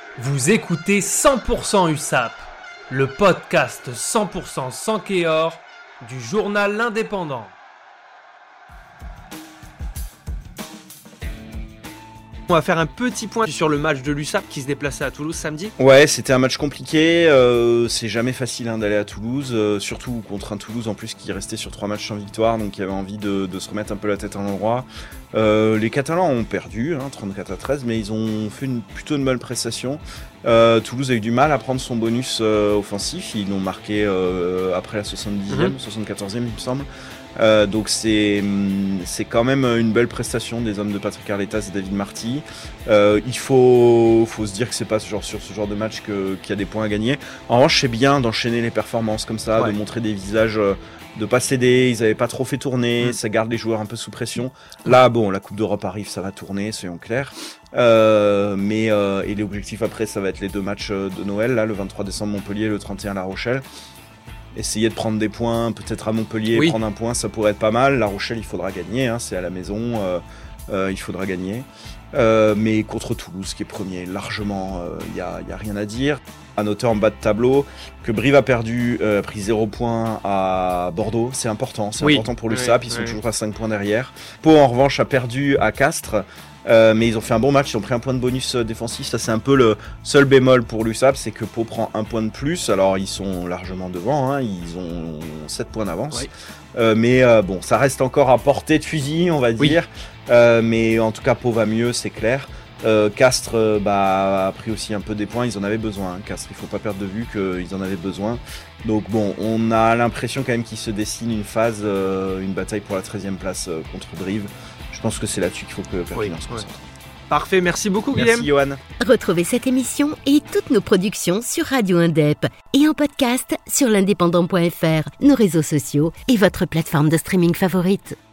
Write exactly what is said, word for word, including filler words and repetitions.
Vous écoutez cent pour cent U S A P, le podcast cent pour cent sans Kéor du journal L'Indépendant. On va faire un petit point sur le match de l'U S A P qui se déplaçait à Toulouse samedi. Ouais, c'était un match compliqué. Euh, c'est jamais facile hein, d'aller à Toulouse, euh, surtout contre un Toulouse en plus qui restait sur trois matchs sans victoire, donc il avait envie de, de se remettre un peu la tête à l'endroit. Euh, les Catalans ont perdu, hein, trente-quatre à treize, mais ils ont fait une plutôt une bonne prestation. Euh, Toulouse a eu du mal à prendre son bonus euh, offensif. Ils l'ont marqué euh, après la soixante-dixième, mmh. soixante-quatorzième il me semble. Euh, donc c'est, c'est quand même une belle prestation des hommes de Patrick Arletas et David Marty. Euh, il faut, faut se dire que c'est pas ce genre, sur ce genre de match que, qu'il y a des points à gagner. En revanche, c'est bien d'enchaîner les performances comme ça, ouais. de montrer des visages, euh, de pas céder. Ils avaient pas trop fait tourner, mmh. ça garde les joueurs un peu sous pression. Là, bon, la Coupe d'Europe arrive, ça va tourner, soyons clairs. Euh, mais euh, et l'objectif après, ça va être les deux matchs de Noël, là, le vingt-trois décembre Montpellier, le trente et un La Rochelle. Essayer de prendre des points, peut-être à Montpellier, oui. prendre un point, ça pourrait être pas mal. La Rochelle, il faudra gagner, hein, c'est à la maison, euh, euh, il faudra gagner. Euh, mais contre Toulouse, qui est premier, largement, il euh, n'y a, y a rien à dire. À noter en bas de tableau que Brive a perdu, euh, pris zéro point à Bordeaux, c'est important, c'est oui. important pour l'U S A P, oui. ils sont oui. toujours à cinq points derrière. Pau, en revanche, a perdu à Castres. Euh, mais ils ont fait un bon match, ils ont pris un point de bonus euh, défensif. Ça c'est un peu le seul bémol pour l'U S A P, c'est que Pau prend un point de plus. Alors ils sont largement devant, hein, ils ont sept points d'avance. Oui. Euh, mais euh, bon, ça reste encore à portée de fusil, on va dire. Oui. Euh, mais en tout cas, Pau va mieux, c'est clair. Euh, Castres euh, bah, a pris aussi un peu des points, ils en avaient besoin. Hein. Castres, il faut pas perdre de vue qu'ils en avaient besoin. Donc bon, on a l'impression quand même qu'il se dessine une phase, euh, une bataille pour la treizième place euh, contre Brive. Je pense que c'est là-dessus qu'il faut que Perpignan oui, se concentre. Ouais. Parfait, merci beaucoup Guillaume. Merci Johan. Retrouvez cette émission et toutes nos productions sur Radio Indep et en podcast sur l'indépendant point f r, nos réseaux sociaux et votre plateforme de streaming favorite.